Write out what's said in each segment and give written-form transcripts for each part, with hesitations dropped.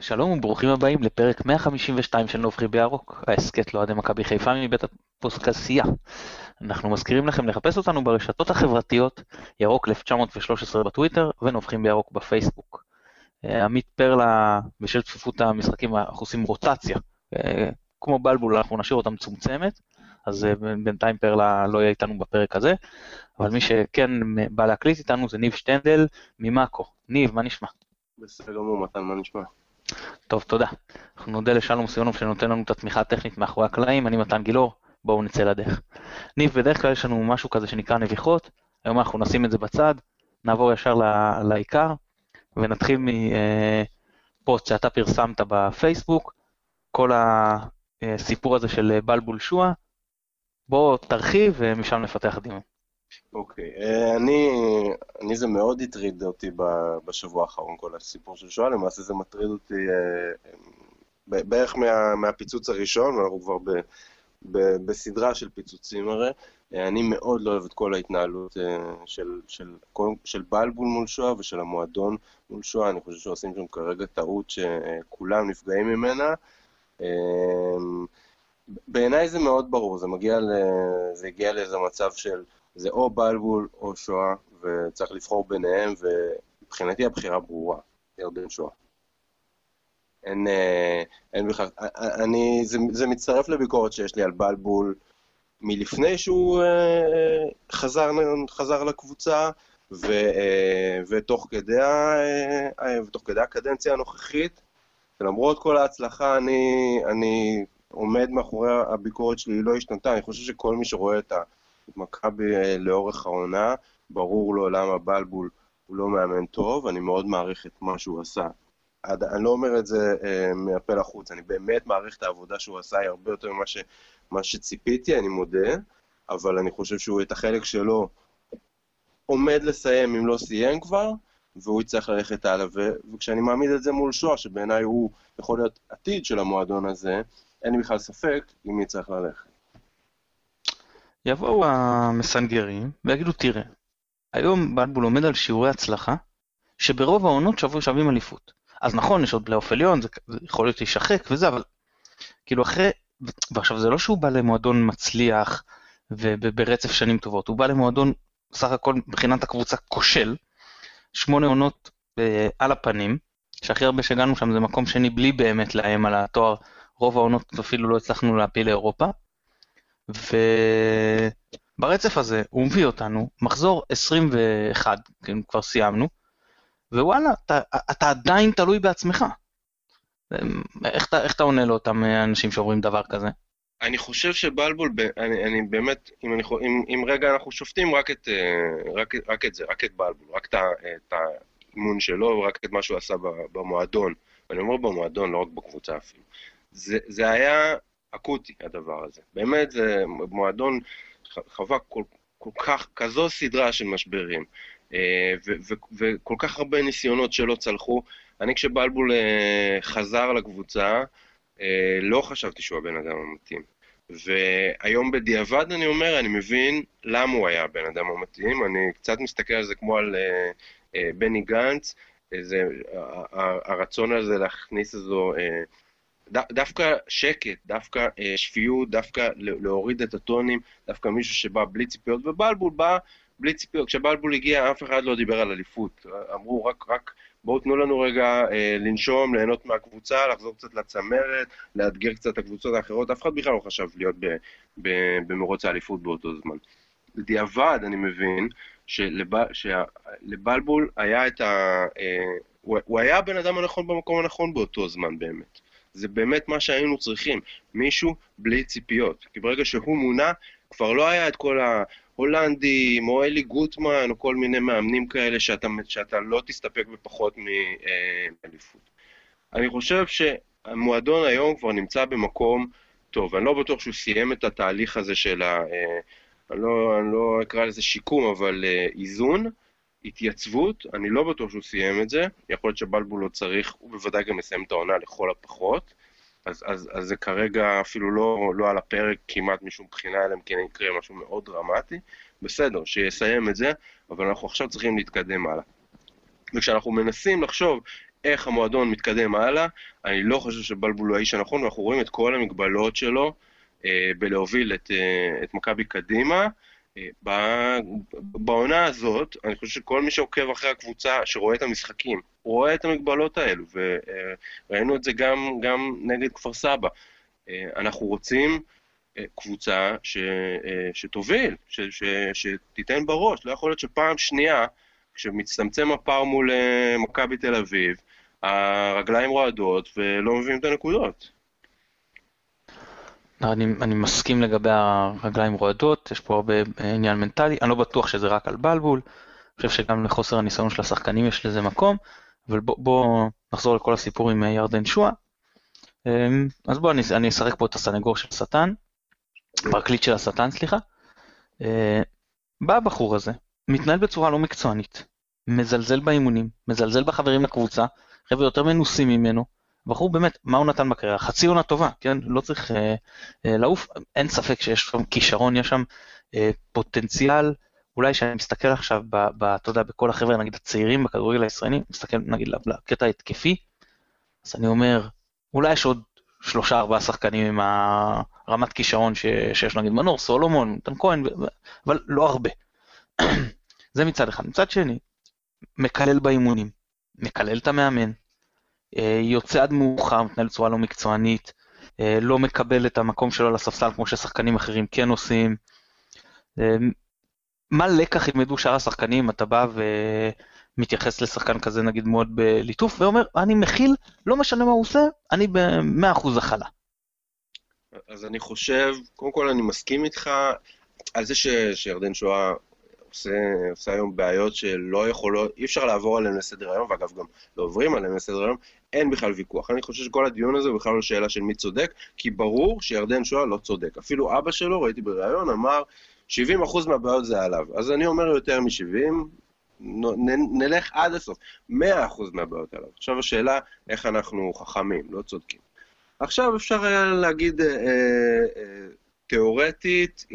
שלום וברוכים הבאים לפרק 152 של נובחי בירוק, ההסכת לאוהדי מכבי חיפה מבית הפוסקסייה. אנחנו מזכירים לכם לחפש אותנו ברשתות החברתיות, ירוק 1913 בטוויטר ונובחים בירוק בפייסבוק. עמית פרלה, בשל צפיפות המשחקים, אנחנו עושים רוטציה. כמו בלבול, אנחנו נשאיר אותה מצומצמת, אז בינתיים פרלה לא יהיה איתנו בפרק הזה, אבל מי שכן בא להקליט איתנו זה ניב שטנדל ממאקו. ניב, מה נשמע? בסדר גמור, מתן, מה נשמע? טוב, תודה. אנחנו נודה לשלום סיונוב שנותן לנו את התמיכה הטכנית מאחורי הקלעים. אני מתן גילאור, בואו נצא לדרך. ניב, בדרך כלל יש לנו משהו כזה שנקרא נביחות, היום אנחנו נשים את זה בצד, נעבור ישר לעיקר, ונתחיל מפוסט שאתה פרסמת בפייסבוק, כל הסיפור הזה של בלבול שואה, בוא תרחיב ומשם נפתח דיון. אוקיי, אני זה מאוד הטריד אותי בשבוע האחרון, כל הסיפור של שואה, למעשה זה מטריד אותי בערך מהפיצוץ הראשון, ואנחנו כבר בסדרה של פיצוצים הרי. אני מאוד לא אוהב את כל ההתנהלות של בלבול מול שואה ושל המועדון מול שואה. אני חושב שעושים שם כרגע טעות שכולם נפגעים ממנה. בעיניי זה מאוד ברור, זה הגיע לאיזה מצב של זה או בלבול או שואה, וצריך לבחור ביניהם, ומבחינתי הבחירה ברורה, ירדן שואה. אין בכלל, זה מצטרף לביקורת שיש לי על בלבול מלפני שהוא חזר לקבוצה, ותוך כדי הקדנציה הנוכחית, ולמרות כל ההצלחה, אני עומד מאחורי הביקורת שלי, היא לא השתנתה. אני חושב שכל מי שרואה את מכבי לאורך העונה, ברור לו למה בלבול הוא לא מאמן טוב. אני מאוד מעריך את מה שהוא עשה. אני לא אומר את זה מהפה לחוץ, אני באמת מעריך את העבודה שהוא עשה, היא הרבה יותר ממה שציפיתי, אני מודה, אבל אני חושב שהוא את החלק שלו עומד לסיים אם לא סיים כבר, והוא יצטרך ללכת הלאה, וכשאני מעמיד את זה מול שואה, שבעיניי הוא יכול להיות עתיד של המועדון הזה, אין לי בכלל ספק אם מי צריך ללכת. יבואו המסנגרים ויגידו, תראה, היום בלבול עומד על שיעורי הצלחה, שברוב העונות שווים אליפות. אז נכון, יש עוד פלייאוף עליון, זה יכול להיות להישחק וזה, אבל כאילו אחרי, ועכשיו זה לא שהוא בא למועדון מצליח וברצף שנים טובות, הוא בא למועדון סך הכל מבחינת הקבוצה כושל, 8 עונות על הפנים, שהכי הרבה שהגענו שם זה מקום שני בלי באמת להם על התואר, רוב העונות אפילו לא הצלחנו להפיל לאירופה, וברצף הזה הוא מביא אותנו, מחזור 21, כבר סיימנו, ווואלה, אתה עדיין תלוי בעצמך. איך אתה עונה לאותם אנשים שאומרים דבר כזה? אני חושב שבלבול, אני באמת, אם רגע אנחנו שופטים רק את זה, רק את בלבול, רק את האימון שלו, רק את מה שהוא עשה במועדון. ואני אומר במועדון, לא רק בקבוצה אפילו. זה היה אקוטי, הדבר הזה. באמת, זה מועדון חווה כל כך, כזו סדרה של משברים, וכל כך הרבה ניסיונות שלא צלחו. אני כשבלבול חזר לקבוצה, לא חשבתי שהוא הבן אדם המתאים. והיום בדיעבד אני אומר, אני מבין למה הוא היה הבן אדם המתאים. אני קצת מסתכל על זה כמו על בני גנץ, הרצון הזה להכניס איזו דווקא שקט, דווקא שפיות, דווקא להוריד את הטונים, דווקא מישהו שבא בלי ציפיות, ובלבול בא בלי ציפיות. כשבלבול הגיע, אף אחד לא דיבר על אליפות. אמרו רק בואו תנו לנו רגע לנשום, ליהנות מהקבוצה, לחזור קצת לצמרת, לאתגר קצת את הקבוצות האחרות. אף אחד בכלל לא חשב להיות במרוץ האליפות באותו זמן. בדיעבד אני מבין שלבלבול היה הוא היה הבן אדם הנכון במקום הנכון באותו זמן באמת. זה באמת מה שהיינו צריכים, מישהו בלי ציפיות. כי ברגע שהוא מונה, כבר לא היה את כל ההולנדים, או אלי גוטמן, או כל מיני מאמנים כאלה שאתה לא תסתפק בפחות מאליפות. אני חושב שהמועדון היום כבר נמצא במקום טוב. אני לא בטוח שהוא סיים את התהליך הזה של אני לא אקרא לזה שיקום, אבל איזון, התייצבות. אני לא בטוח שהוא סיים את זה. יכול להיות שבלבול לא צריך, הוא בוודאי גם מסיים את העונה לכל הפחות. אז זה כרגע אפילו לא על הפרק כמעט משום בחינה, אלא אם כן יקרה משהו מאוד דרמטי. בסדר, שיסיים את זה, אבל אנחנו עכשיו צריכים להתקדם הלאה. וכשאנחנו מנסים לחשוב איך המועדון מתקדם הלאה. אני לא חושב שבלבול הוא האיש הנכון, ואנחנו רואים את כל המגבלות שלו בלהוביל את מכבי קדימה. בעונה הזאת, אני חושב שכל מי שעוקב אחרי הקבוצה, שרואה את המשחקים, רואה את המגבלות האלו, וראינו את זה גם נגד כפר סבא. אנחנו רוצים קבוצה שתוביל, שתיתן בראש. לא יכול להיות שפעם שנייה, כשמצטמצם הפער מול מכבי תל אביב, הרגליים רועדות ולא מביאים את הנקודות. אני מסכים לגבי הרגליים רועדות, יש פה הרבה עניין מנטלי, אני לא בטוח שזה רק על בלבול, אני חושב שגם לחוסר הניסיון של השחקנים יש לזה מקום, אבל בוא נחזור לכל הסיפור עם ירדן שועה. אז בוא אני אשחק פה את הסנגור של השטן, פרקליט של השטן, סליחה. בא הבחור הזה, מתנהל בצורה לא מקצוענית, מזלזל באימונים, מזלזל בחברים לקבוצה, חבר'ה יותר מנוסים ממנו, בחור באמת, מה הוא נתן בקריירה? חצי עונה טובה, כן? לא צריך לעוף, אין ספק שיש שם כישרון, יש שם פוטנציאל, אולי שאני מסתכל עכשיו, אתה יודע, בכל החבר'ה, נגיד הצעירים בכדורגל הישראלי, מסתכל נגיד לקטע התקפי, אז אני אומר, אולי יש עוד 3-4 שחקנים עם הרמת כישרון שיש נגיד מנור, סולומון, נתן כהן, אבל לא הרבה. זה מצד אחד. מצד שני, מקלל באימונים, מקלל את המאמן, יוצא עד מאוחר, מתנהל בצורה לא מקצוענית, לא מקבל את המקום שלו לספסל כמו ששחקנים אחרים כן עושים. מה לקח ילמדו שאר השחקנים? אתה בא ומתייחס לשחקן כזה נגיד מאוד בליטוף, ואומר, אני מכיל, לא משנה מה הוא עושה, אני ב100% החלה. אז אני חושב, קודם כל אני מסכים איתך על זה שירדן שואה עושה היום בעיות שלא יכולות, אי אפשר לעבור עליהן לסדר היום, ואגב גם לא עוברים עליהן לסדר היום, אין בכלל ויכוח. אני חושב שכל הדיון הזה הוא בכלל לא שאלה של מי צודק, כי ברור שירדן שואה לא צודק. אפילו אבא שלו, ראיתי בראיון, אמר 70% מהבעיות זה עליו. אז אני אומר יותר מ-70, נלך עד הסוף. 100% מהבעיות עליו. עכשיו השאלה, איך אנחנו חכמים, לא צודקים. עכשיו אפשר היה להגיד תיאורטית,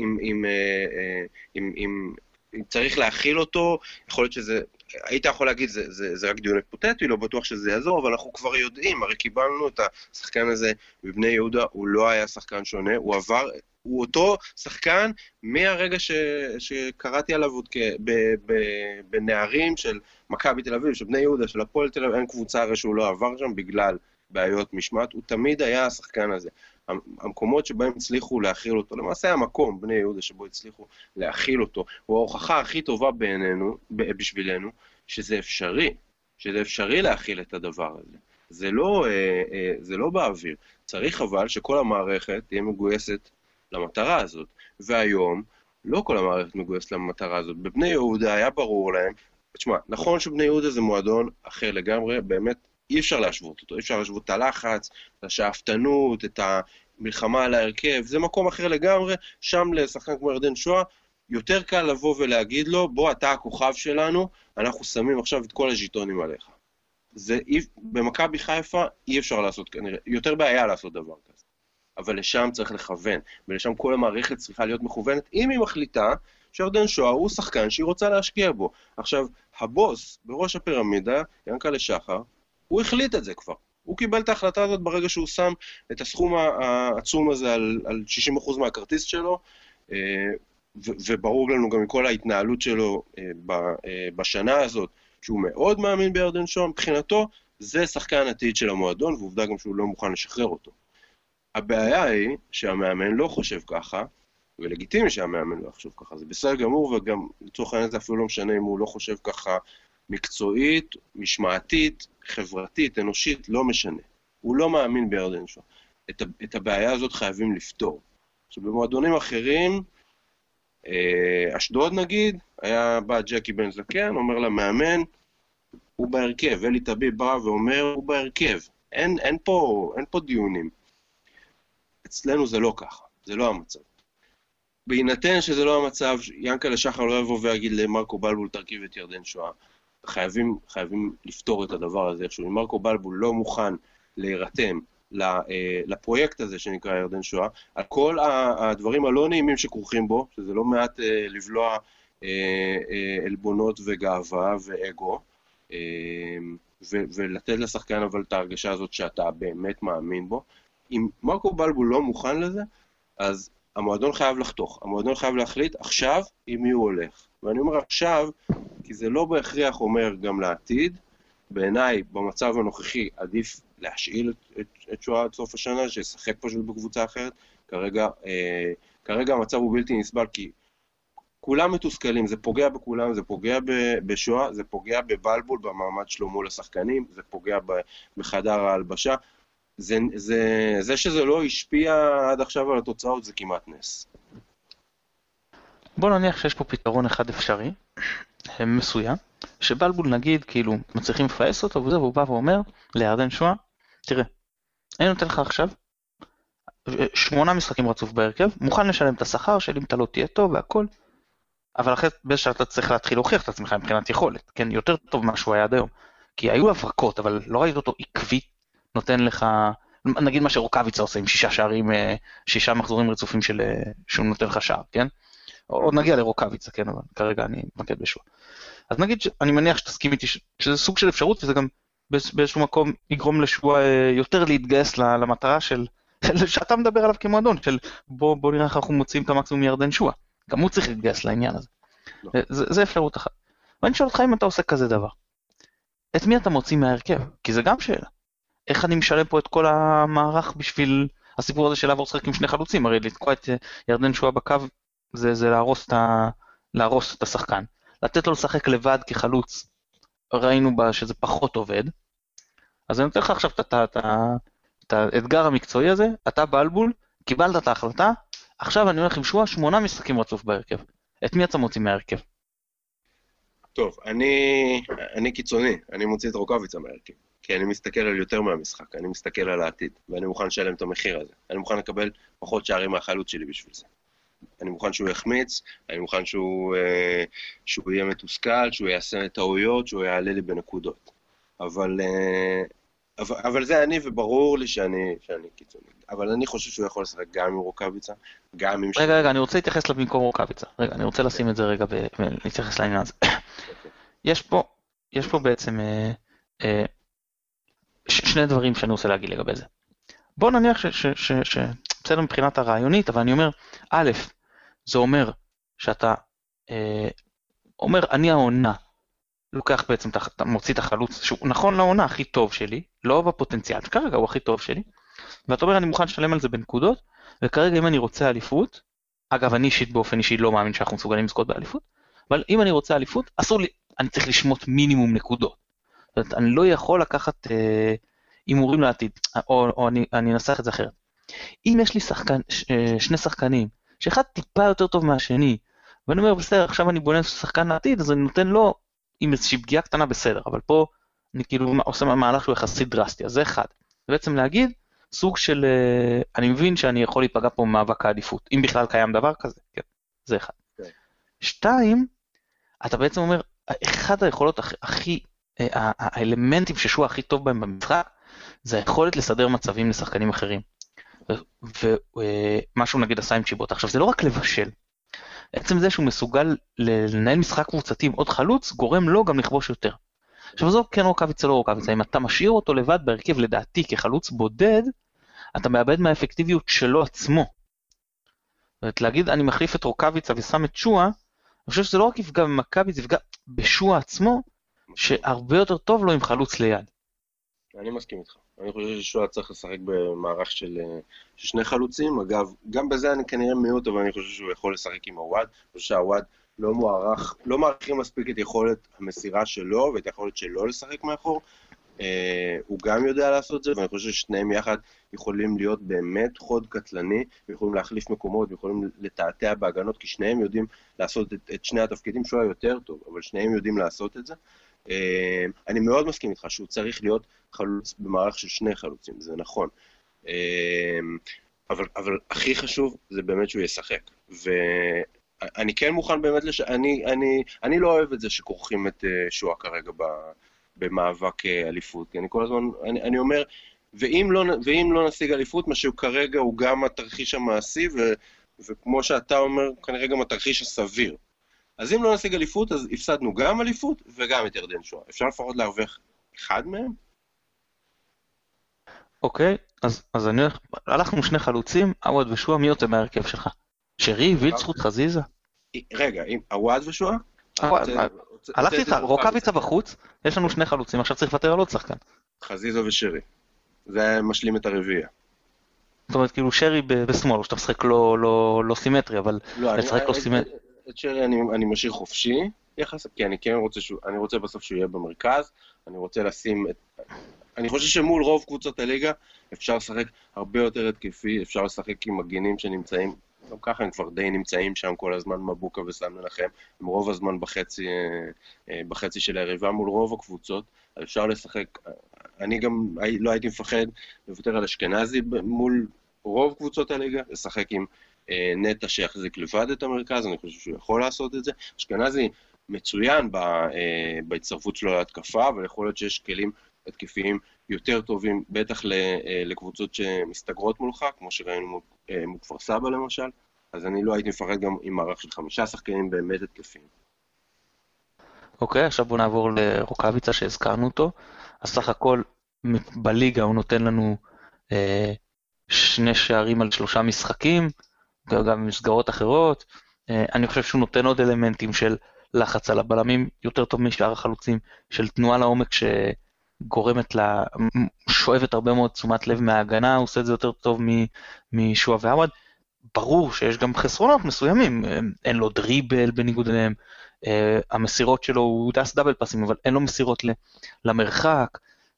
אם צריך להכיל אותו, יכול להיות שזה, היית יכול להגיד, זה רק דיון היפותטי, לא בטוח שזה יעזור, אבל אנחנו כבר יודעים, הרי קיבלנו את השחקן הזה בבני יהודה, הוא לא היה שחקן שונה, הוא אותו שחקן מהרגע שקראתי עליו עוד בנערים של מכבי תל אביב, של בני יהודה, של הפועל תל אביב, אין קבוצה הרי שהוא לא עבר שם בגלל בעיות משמעת, הוא תמיד היה השחקן הזה. המקומות שבהם הצליחו להכיל אותו, למעשה המקום, בני יהודה, שבו הצליחו להכיל אותו, הוא ההוכחה הכי טובה בשבילנו, שזה אפשרי להכיל את הדבר הזה. זה לא באוויר. צריך אבל שכל המערכת תהיה מגויסת למטרה הזאת. והיום, לא כל המערכת מגויסת למטרה הזאת. בבני יהודה היה ברור להם, תשמע, נכון שבני יהודה זה מועדון אחר לגמרי, באמת, אי אפשר להשוות אותו, אי אפשר להשוות את הלחץ, את השאפתנות, את המלחמה על ההרכב, זה מקום אחר לגמרי, שם לשחקן כמו ירדן שואה, יותר קל לבוא ולהגיד לו, בוא אתה הכוכב שלנו, אנחנו שמים עכשיו את כל הז'יטונים עליך. במכבי חיפה אי אפשר לעשות, כנראה, יותר בעיה לעשות דבר כזה, אבל לשם צריך לכוון, ולשם כל המערכת צריכה להיות מכוונת, אם היא מחליטה שירדן שואה הוא שחקן שהיא רוצה להשקיע בו. עכשיו, הבוס בראש הפירמידה, ינקלה שחר, הוא החליט את זה כבר. הוא קיבל את ההחלטה הזאת ברגע שהוא שם את הסכום העצום הזה על 60% מהכרטיס שלו, וברור לנו גם מכל ההתנהלות שלו בשנה הזאת, שהוא מאוד מאמין בירדן שואה, מבחינתו זה שחקן עתיד של המועדון, ועובדה גם שהוא לא מוכן לשחרר אותו. הבעיה היא שהמאמן לא חושב ככה, ולגיטימי שהמאמן לא יחשוב ככה, זה בסדר גמור, וגם לצורך העניין זה אפילו לא משנה אם הוא לא חושב ככה מקצועית, משמעתית, חברתית, אנושית, לא משנה. הוא לא מאמין בירדן שואה. את הבעיה הזאת חייבים לפתור. עכשיו, במועדונים אחרים, אשדוד נגיד, היה בא ג'קי בן זקן, אומר למאמן, הוא בהרכב, אלי טביב בא ואומר, הוא בהרכב. אין פה דיונים. אצלנו זה לא ככה, זה לא המצב. בהינתן שזה לא המצב, ינקלה שחר לא יבוא ויגיד למרקו בלבול תרכיב את ירדן שואה. חייבים לפתור את הדבר הזה איכשהו. אם מרקו בלבול לא מוכן להירתם לפרויקט הזה שנקרא ירדן שואה, על כל הדברים הלא נעימים שכרוכים בו, שזה לא מעט לבלוע עלבונות וגאווה ואגו, ולתת לשחקן אבל את ההרגשה הזאת שאתה באמת מאמין בו. אם מרקו בלבול לא מוכן לזה, אז המועדון חייב לחתוך, המועדון חייב להחליט עכשיו עם מי הוא הולך. ואני אומר עכשיו, כי זה לא בהכרח אומר גם לעתיד, בעיניי במצב הנוכחי עדיף להשאיל את שואה עד סוף השנה, שישחק פשוט בקבוצה אחרת. כרגע המצב הוא בלתי נסבל, כי כולם מתוסכלים, זה פוגע בכולם, זה פוגע בשואה, זה פוגע בבלבול, במעמד שלו מול השחקנים, זה פוגע בחדר ההלבשה. זה שזה לא השפיע עד עכשיו על התוצאות, זה כמעט נס. בוא נניח שיש פה פתרון אחד אפשרי, מסוים, שבלבול נגיד, כאילו, מצליחים לפייס אותו, והוא בא ואומר לירדן שואה, תראה, אני נותן לך עכשיו 8 משחקים רצוף בהרכב, מוכן לשלם את השכר של אם אתה לא תהיה טוב והכל, אבל אחרי באיזשהו אתה צריך להתחיל להוכיח את עצמך מבחינת יכולת, כן, יותר טוב ממה שהוא היה עד היום, כי היו הברקות, אבל לא ראית אותו עקבי, נותן לך, נגיד מה שרוקאביצה עושה עם 6 שערים, 6 מחזורים רצופים שהוא נותן לך שער, כן? עוד נגיע לרוקאביצה, כן, אבל כרגע אני מתמקד בשואה. אז נגיד, אני מניח שתסכים איתי שזה סוג של אפשרות, וזה גם באיזשהו מקום יגרום לשואה יותר להתגייס למטרה של שאתה מדבר עליו כמועדון, של בוא נראה איך אנחנו מוצאים את המקסימום מירדן שואה. גם הוא צריך להתגייס לעניין הזה. זה אפשרות אחת. ואני שואל אותך אם אתה עושה כזה דבר. את מי אתה מוציא מההרכב? כי זה גם שאלה. איך אני משלם פה את כל המערך בשביל הסיפור הזה של לעבור לשחק עם 2 חלוצים? הרי לתקוע את ירדן שואה בקו זה להרוס את השחקן. לתת לו לשחק לבד כחלוץ, ראינו שזה פחות עובד. אז אני נותן לך עכשיו את האתגר המקצועי הזה, אתה בלבול, קיבלת את ההחלטה, עכשיו אני הולך עם שואה 8 משחקים רצוף בהרכב. את מי אתה מוציא מההרכב? טוב, אני קיצוני, אני מוציא את רוקאביצה מההרכב, כי אני מסתכל על יותר מהמשחק, אני מסתכל על העתיד, ואני מוכן לשלם את המחיר הזה. אני מוכן לקבל פחות שערים מהחלוץ שלי בשביל זה. אני מוכן שהוא יחמיץ, אני מוכן שהוא יהיה מתוסכל, שהוא יעשה טעויות, שהוא יעלה לי בנקודות. אבל זה אני, וברור לי שאני קיצוני. אבל אני חושב שהוא יכול לשחק גם עם רוקאביצה, גם עם... רגע, אני רוצה להתייחס במקום רוקאביצה. רגע, אני רוצה לשים את זה רגע ולהתייחס לעניין הזה. יש פה בעצם שני דברים שאני רוצה להגיד לגבי זה. בוא נניח בסדר מבחינת הרעיונית, אבל אני אומר, א', זה אומר שאתה אומר, אני העונה, לוקח בעצם, אתה מוציא את החלוץ, שהוא נכון לעונה הכי טוב שלי, לא בפוטנציאל, שכרגע הוא הכי טוב שלי, ואתה אומר, אני מוכן לשלם על זה בנקודות, וכרגע אם אני רוצה אליפות, אגב, אני אישית באופן אישי לא מאמין שאנחנו מסוגלים לזכות באליפות, אבל אם אני רוצה אליפות, אסור לי, אני צריך לשמוט מינימום נקודות. זאת אומרת, אני לא יכול לקחת הימורים לעתיד, או אני אנסח את זה אחרת. אם יש לי שני שחקנים, שאחד טיפה יותר טוב מהשני, ואני אומר, בסדר, עכשיו אני בונה שחקן לעתיד, אז אני נותן לו עם איזושהי פגיעה קטנה בסדר, אבל פה אני כאילו עושה מהלך שהוא יחסית דרסטי, אז זה אחד. זה בעצם להגיד, סוג של, אני מבין שאני יכול להיפגע פה במאבק העדיפות, אם בכלל קיים דבר כזה, כן, זה אחד. שתיים, אתה בעצם אומר, אחד היכולות הכי, האלמנטים ששואה הכי טוב בהם במשחק, זה היכולת לסדר מצבים לשחקנים אחרים. ומשהו נגיד עשה עם צ'יבוטה. עכשיו זה לא רק לבשל, עצם זה שהוא מסוגל לנהל משחק קבוצתי עם עוד חלוץ, גורם לו גם לכבוש יותר. עכשיו זו כן רוקאביצה לא רוקאביצה, אם אתה משאיר אותו לבד בהרכב לדעתי כחלוץ בודד, אתה מאבד מהאפקטיביות שלו עצמו. זאת להגיד אני מחליף את רוקאביצה ושם את שואה, אני חושב שזה לא רק יפגע במכבי, זה יפגע בשואה עצמו, שהרבה יותר טוב לו עם חלוץ ליד. אני מסכים איתך. אני חושב ששואה צריך לשחק במערך של 2 חלוצים. אגב, גם בזה אני כנראה מיעוט, אבל אני חושב שהוא יכול לשחק עם הוואד. אני חושב שהוואד לא מערכים מספיק את יכולת המסירה שלו, ואת היכולת שלו לשחק מאחור. הוא גם יודע לעשות את זה, ואני חושב ששניהם יחד יכולים להיות באמת חוד קטלני, ויכולים להחליף מקומות, ויכולים לתעתע בהגנות, כי שניהם יודעים לעשות את שני התפקידים. שואה יותר טוב, אבל שניהם יודעים לעשות את זה. אני מאוד מסכים איתך שהוא צריך להיות חלוץ במערך של 2 חלוצים, זה נכון. אבל הכי חשוב זה באמת שהוא ישחק. ואני כן מוכן באמת אני לא אוהב את זה שכורכים את שואה כרגע במאבק אליפות, כי אני כל הזמן, אני אומר, ואם לא נשיג אליפות, מה שהוא כרגע הוא גם התרחיש המעשי, וכמו שאתה אומר, כנראה גם התרחיש הסביר. אז אם לא נשיג אליפות, אז הפסדנו גם אליפות וגם את ירדן שואה. אפשר לפחות להרוויח אחד מהם? אוקיי, אז הלכנו שני חלוצים, עווד ושועה, מי יוצא מהרכב שלך? שרי, וילצחוט, חזיזה? רגע, עם עווד ושועה? עווד, הלכתי הוצאתי איתך, את רוקאביצה. רוקאביצה בחוץ, יש לנו שני חלוצים, עכשיו צריך לוותר על עוד שחקן. חזיזה ושרי. זה משלים את הרביעייה. זאת אומרת, כאילו שרי בשמאל, או שאתה משחק לא סימטרי, אבל לא, לשחק לא סימטרי. את שרי אני משאיר חופשי יחסית, כי אני כן רוצה אני רוצה בסוף שהוא יהיה במרכז, אני רוצה לשים אני חושב שמול רוב קבוצות הליגה אפשר לשחק הרבה יותר התקפי, אפשר לשחק עם מגנים שנמצאים, גם ככה הם כבר די נמצאים שם כל הזמן, מבוקה וסן מנחם, הם רוב הזמן בחצי של היריבה מול רוב הקבוצות, אז אפשר לשחק, אני גם לא הייתי מפחד לוותר על אשכנזי מול רוב קבוצות הליגה, לשחק עם נטע שיחזיק לבד את המרכז, אני חושב שהוא יכול לעשות את זה. אשכנזי מצוין בהצטרפות שלו להתקפה, אבל יכול להיות שיש כלים התקפיים יותר טובים, בטח לקבוצות שמסתגרות מולך, כמו שראינו מול כפר סבא למשל, אז אני לא הייתי מפחד גם עם מערך של 5 שחקנים באמת התקפיים. אוקיי, עכשיו בוא נעבור לרוקאביצה שהזכרנו אותו, אז סך הכל בליגה הוא נותן לנו 2 שערים על 3 משחקים, גם במסגרות אחרות. אני חושב שהוא נותן עוד אלמנטים של לחץ על הבלמים יותר טוב משאר החלוצים, של תנועה לעומק שגורמת לה, שואבת הרבה מאוד תשומת לב מההגנה, הוא עושה את זה יותר טוב משועה ועווד. ברור שיש גם חסרונות מסוימים, אין לו דריבל בניגוד אליהם, המסירות שלו הוא דס דאבל פסים, אבל אין לו מסירות למרחק,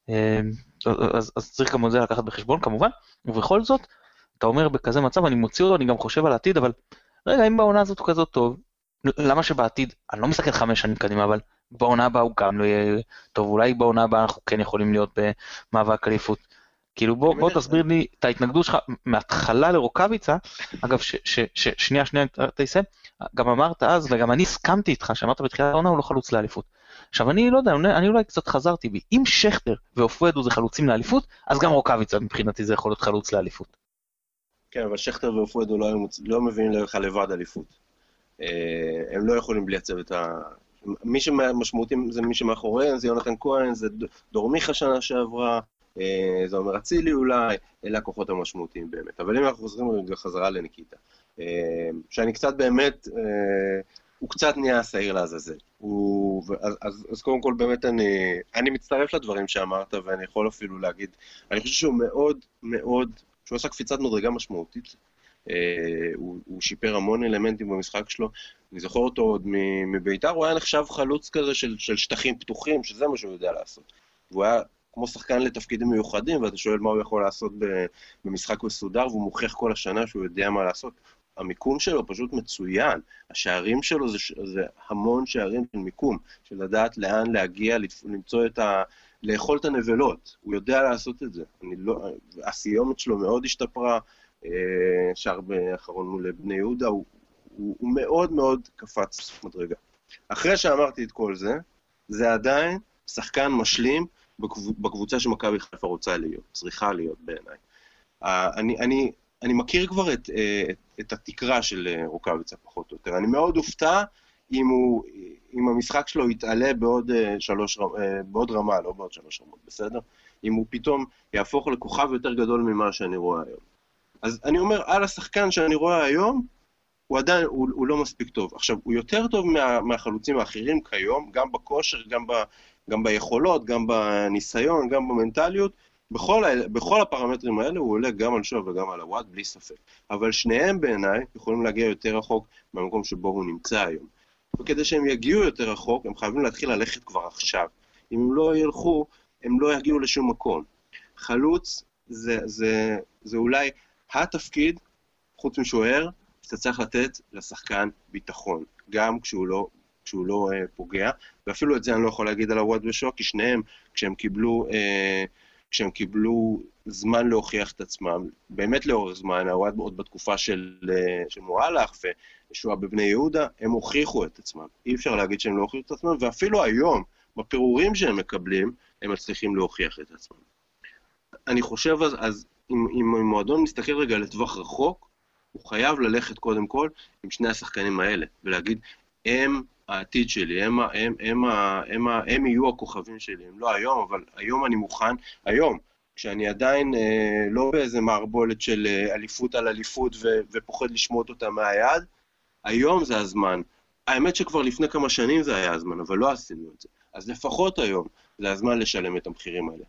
אז צריך גם את זה לקחת בחשבון כמובן, ובכל זאת, אתה אומר בכזה מצב, אני מוציא אותו, אני גם חושב על העתיד, אבל רגע, אם בעונה הזאת הוא כזאת טוב, למה שבעתיד, אני לא מסתכל 5 שנים קדימה, אבל בעונה הבאה הוא גם לא יהיה טוב, אולי בעונה הבאה אנחנו כן יכולים להיות במאבק אליפות. כאילו בוא תסביר לי את ההתנגדות שלך מההתחלה לרוקאביצה, אגב שנייה תסיים, גם אמרת אז וגם אני הסכמתי איתך שאמרת בתחילת העונה הוא לא חלוץ לאליפות. עכשיו אני לא יודע, אני אולי קצת חזרתי בי, אם שכטר ואופואדו זה חלוצים לאליפות, אז גם רוקאביצה מבחינתי זה יכול להיות חלוץ לאליפות. כן, אבל שכטר ואופואדו לא מביאים לך לבד אליפות. הם לא יכולים בלי הצוות מי שמשמעותים זה מי שמאחוריהם, זה יונתן כהן, זה דור מיכה שנה שעברה, זה אומר אצילי אולי, אלה הכוחות המשמעותיים באמת. אבל אם אנחנו חוזרים רגע חזרה לניקיטה, שאני קצת באמת, הוא קצת נהיה שעיר לעזאזל. אז קודם כל באמת אני מצטרף לדברים שאמרת, ואני יכול אפילו להגיד, אני חושב שהוא מאוד מאוד, שהוא עשה קפיצת מדרגה משמעותית, הוא שיפר המון אלמנטים במשחק שלו, אני זוכר אותו עוד מביתר, הוא היה נחשב חלוץ כזה של שטחים פתוחים, שזה מה שהוא יודע לעשות. והוא היה כמו שחקן לתפקידים מיוחדים, ואתה שואל מה הוא יכול לעשות במשחק מסודר, והוא מוכיח כל השנה שהוא יודע מה לעשות. המיקום שלו פשוט מצוין, השערים שלו זה המון שערים של מיקום, של לדעת לאן להגיע, למצוא לאכול את הנבלות, הוא יודע לעשות את זה. הסיומת שלו מאוד השתפרה, שער באחרון מול בני יהודה, הוא מאוד מאוד קפץ מדרגה. אחרי שאמרתי את כל זה, זה עדיין שחקן משלים בקבוצה שמכבי חיפה רוצה להיות, צריכה להיות בעיניי. אני מכיר כבר את התקרה של רוקאביצה פחות או יותר. אני מאוד הופתע אם המשחק שלו יתעלה בעוד רמה, לא בעוד 3 רמות, בסדר? אם הוא פתאום יהפוך לכוכב יותר גדול ממה שאני רואה היום. אז אני אומר, על השחקן שאני רואה היום, הוא עדיין, הוא לא מספיק טוב. עכשיו, הוא יותר טוב מהחלוצים האחרים כיום, גם בכושר, גם ביכולות, גם בניסיון, גם במנטליות, בכל הפרמטרים האלה הוא עולה גם על שוב וגם על הוואט, בלי ספק. אבל שניהם בעיניי יכולים להגיע יותר רחוק מהמקום שבו הוא נמצא היום. וכדי שהם יגיעו יותר רחוק, הם חייבים להתחיל ללכת כבר עכשיו. אם הם לא ילכו, הם לא יגיעו לשום מקום. חלוץ זה אולי התפקיד, חוץ משוער, שאתה צריך לתת לשחקן ביטחון, גם כשהוא לא פוגע, ואפילו את זה אני לא יכול להגיד על הוואט ושועה, כי שניהם, כשהם קיבלו זמן להוכיח את עצמם, באמת לאורך זמן, הוואט עוד בתקופה של מועלך ושועה בבני יהודה, הם הוכיחו את עצמם. אי אפשר להגיד שהם לא הוכיחו את עצמם, ואפילו היום, בפירורים שהם מקבלים, הם מצליחים להוכיח את עצמם. אני חושב אז אם מועדון מסתכל רגע לטווח רחוק, הוא חייב ללכת קודם כל עם שני השחקנים האלה, ולהגיד, הם העתיד שלי, הם יהיו הכוכבים שלי, הם לא היום, אבל היום אני מוכן, היום, כשאני עדיין לא באיזה מערבולת של אליפות על אליפות ופוחד לשמוט אותה מהיד, היום זה הזמן. האמת שכבר לפני כמה שנים זה היה הזמן, אבל לא עשינו את זה. אז לפחות היום זה הזמן לשלם את המחירים האלה.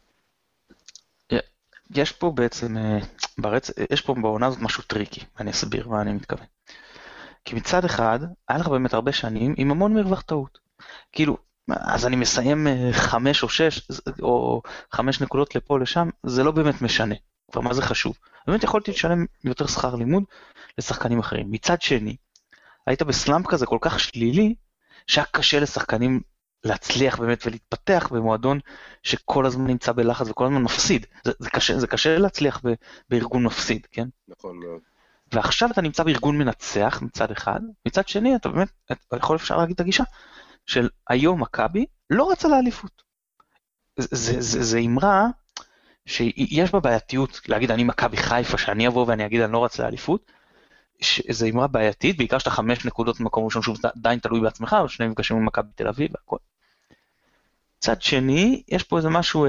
יש פה בעצם, יש פה בעונה הזאת משהו טריקי, ואני אסביר מה אני מתכוון. כי מצד אחד, היה לך באמת הרבה שנים עם המון מרווח טעות. כאילו, אז אני מסיים 5 או 6, או 5 נקודות לפה או לשם, זה לא באמת משנה. כבר מה זה חשוב? באמת יכולתי לשלם יותר שכר לימוד לשחקנים אחרים. מצד שני, היית בסלאמפ כזה כל כך שלילי, שהיה קשה לשחקנים להצליח באמת ולהתפתח במועדון שכל הזמן נמצא בלחץ וכל הזמן מפסיד. זה קשה להצליח בארגון מפסיד, כן? נכון מאוד. ועכשיו אתה נמצא בארגון מנצח מצד אחד, מצד שני אתה באמת, אפשר להגיד את הגישה, של היום מכבי לא רצה לאליפות. זה אמרה שיש בה בעייתיות, להגיד אני מכבי חיפה, שאני אבוא ואני אגיד אני לא רצה לאליפות, זה אמרה בעייתית, בעיקר שאתה 5 נקודות במקום ראשון, שוב עדיין תלוי בעצמך, אבל 2 מפגשים עם מכבי תל אביב והכל. צד שני, יש פה איזה משהו,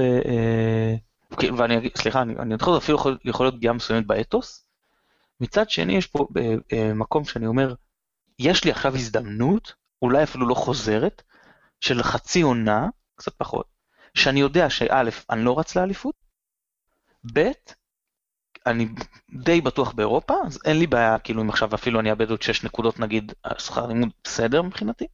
ואני אגיד, סליחה, אני אתחיל אפילו יכול להיות פגיעה מסוימת באתוס, מצד שני יש פה מקום שאני אומר, יש לי עכשיו הזדמנות, אולי אפילו לא חוזרת, של חצי עונה, קצת פחות, שאני יודע שא', אני לא רץ לאליפות, ב', אני די בטוח באירופה, אז אין לי בעיה, כאילו אם עכשיו אפילו אני אאבד עוד 6 נקודות, נגיד, שכר לימוד בסדר מבחינתי,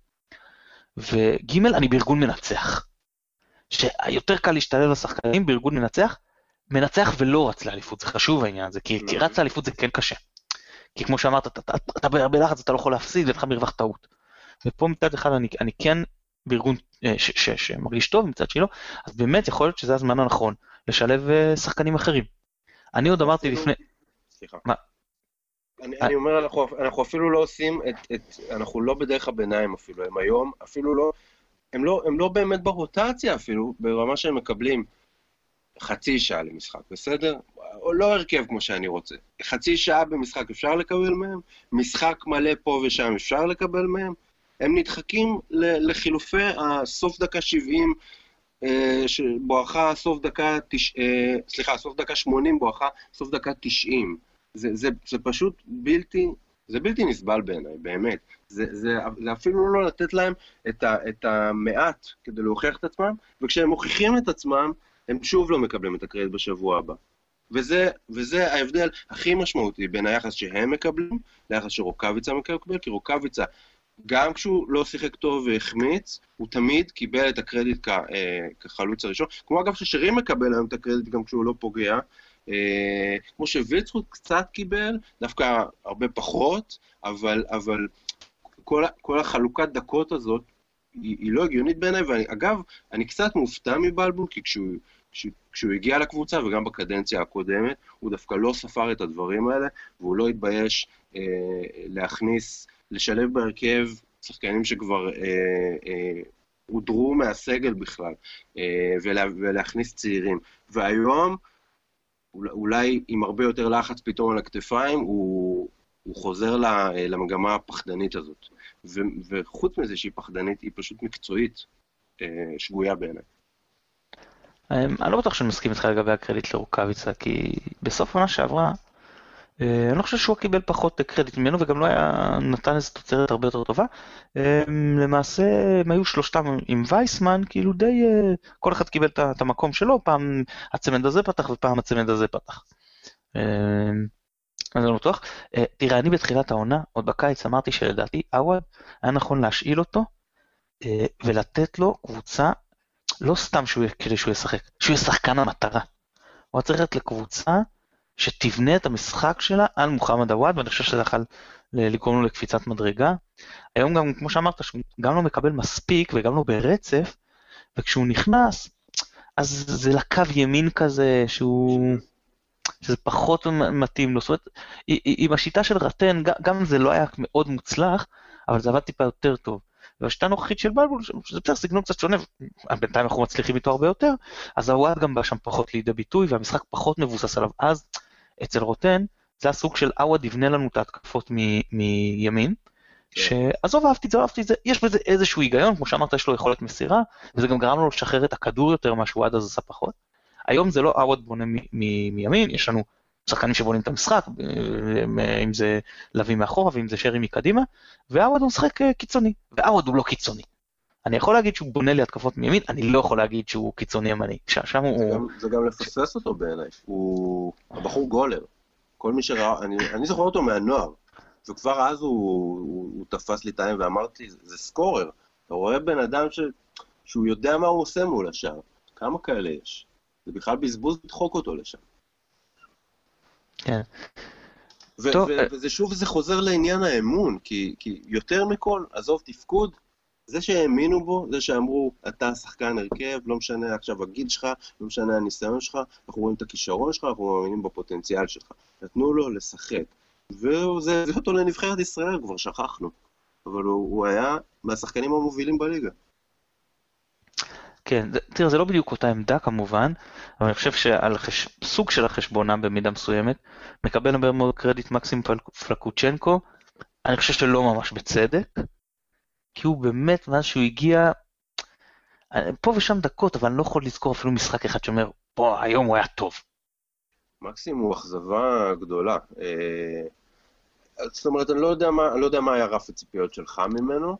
וג', אני בארגון מנצח, שיותר קל להשתלב לשחקנים בארגון מנצח ולא רץ לאליפות, זה חשוב העניין הזה, כי רץ לאליפות זה כן קשה, כי כמו שאמרת, אתה בהרבה לחץ, אתה לא יכול להפסיד, ואתה מרווח טעות, ופה מצד אחד אני כן בארגון שמרגיש טוב, מצד שלא, אז באמת יכול להיות שזה הזמן הנכון, לשלב שחקנים אחרים. אני עוד אמרתי לפני... סליחה. מה? אני אומר, אנחנו אפילו לא עושים אנחנו לא בדרך הביניים אפילו, הם היום אפילו לא, הם לא באמת ברוטציה אפילו, ברמה שהם מקבלים חצי שעה למשחק, בסדר? או לא הרכב כמו שאני רוצה. חצי שעה במשחק אפשר לקבל מהם, משחק מלא פה ושם אפשר לקבל מהם, הם נדחקים לחילופי הסוף דקה 70, בואכה סוף דקה, סוף דקה 80 בואכה סוף דקה 90. זה פשוט בלתי נסבל בעיניי, באמת. זה אפילו לא לתת להם את המעט כדי להוכיח את עצמם, וכשהם מוכיחים את עצמם, הם שוב לא מקבלים את הקרדיט בשבוע הבא. וזה ההבדל הכי משמעותי בין היחס שהם מקבלים, ליחס שרוקאביצה מקבל, כי רוקאביצה, גם כשהוא לא שיחק טוב והחמיץ, הוא תמיד קיבל את הקרדיט כחלוץ הראשון, כמו אגב ששרי מקבל היום את הקרדיט גם כשהוא לא פוגע, כמו שוויצחוט קצת קיבל, דווקא הרבה פחות, אבל כל החלוקת דקות הזאת היא לא הגיונית בעיניי, ואגב, אני קצת מופתע מבלבול, כי כשהוא הגיע לקבוצה, וגם בקדנציה הקודמת, הוא דווקא לא ספר את הדברים האלה, והוא לא התבייש לשלב בהרכב שחקנים שכבר הודרו מהסגל בכלל, ולהכניס צעירים. והיום, אולי עם הרבה יותר לחץ פתאום על הכתפיים, הוא חוזר למגמה הפחדנית הזאת. וחוץ מזה שהיא פחדנית, היא פשוט מקצועית, שגויה בעיניי. אני לא בטוח שאני מסכים איתך לגבי הקרדיט לרוקאביצה, כי בסוף העונה שעברה, אני לא חושב שהוא קיבל פחות קרדיט ממנו, וגם לא נתן איזו תוצרת הרבה יותר טובה. למעשה, הם היו שלושתם עם וייסמן, כאילו די, כל אחד קיבל את המקום שלו, פעם הצמד הזה פתח ופעם הצמד הזה פתח. אז אני לא בטוח. תראה, אני בתחילת העונה, עוד בקיץ אמרתי שלדעתי, עווד היה נכון להשאיל אותו, ולתת לו קבוצה, לא סתם כדי שהוא ישחק, שהוא יהיה שחקן המטרה. הוא היה צריך להיות לקבוצה, שתבנה את המשחק שלה על מוחמד עווד, ואני חושב שזה יכול לגרום לו לקפיצת מדרגה. היום גם, כמו שאמרת, שהוא גם לא מקבל מספיק, וגם לא ברצף, וכשהוא נכנס, אז זה לקו ימין כזה, שזה פחות מתאים לו. זאת אומרת, עם השיטה של רטן, גם זה לא היה מאוד מוצלח, אבל זה עבד טיפה יותר טוב. והשיטה הנוכחית של בלבול, שזה בסדר סגנון קצת שונה, בינתיים אנחנו מצליחים איתו הרבה יותר, אז הוואד גם בא שם פחות לידי ביטוי, והמשחק פחות מבוסס עליו. אז אצל רוטן, זה הסוג של עווד יבנה לנו את ההתקפות מימין, שעזוב, אהבתי את זה, לא אהבתי את זה, יש בזה איזשהו היגיון, כמו שאמרת, יש לו יכולת מסירה, וזה גם גרם לו לשחרר את הכדור יותר, מה שהוא עד אז עשה פחות. היום זה לא עווד בונה מימין, יש לנו שחקנים שבונים את המשחק, אם זה לוי מאחורה, ואם זה שרי מקדימה, ועווד הוא משחק קיצוני, ועווד הוא לא קיצוני. אני יכול להגיד שהוא בונה לי התקפות מימין, אני לא יכול להגיד שהוא קיצוני ימני. שם הוא... זה גם לפספס אותו בעיניי. הבחור גולר. כל מי שראה, אני זוכר אותו מהנוער, וכבר אז הוא תפס לי את העין ואמרתי, זה סקורר. אתה רואה בן אדם שהוא יודע מה הוא עושה מול השאר. כמה כאלה יש? זה בכלל בזבוז לדחוק אותו לשם. כן. וזה שוב, זה חוזר לעניין האמון, כי יותר מכל, עזוב תפקוד, זה שהאמינו בו, זה שאמרו, אתה שחקן הרכב, לא משנה עכשיו הגיל שלך, לא משנה הניסיון שלך, אנחנו רואים את הכישרון שלך, אנחנו מאמינים בפוטנציאל שלך. נתנו לו לשחק. וזה הביא אותו לנבחרת ישראל, כבר שכחנו. אבל הוא היה מהשחקנים המובילים בליגה. כן, תראה, זה לא בדיוק אותה עמדה כמובן, אבל אני חושב שעל סוג של החשבונה במידה מסוימת, מקבל הרבה מאוד קרדיט מקסים פלקוצ'נקו, אני חושב שלא ממש בצדק, כי הוא באמת, מאז שהוא הגיע, פה ושם דקות, אבל אני לא יכול לזכור אפילו משחק אחד שאומר, בוא, היום הוא היה טוב. מקסים הוא אכזבה גדולה. זאת אומרת, אני לא יודע מה היה רף הציפיות שלך ממנו.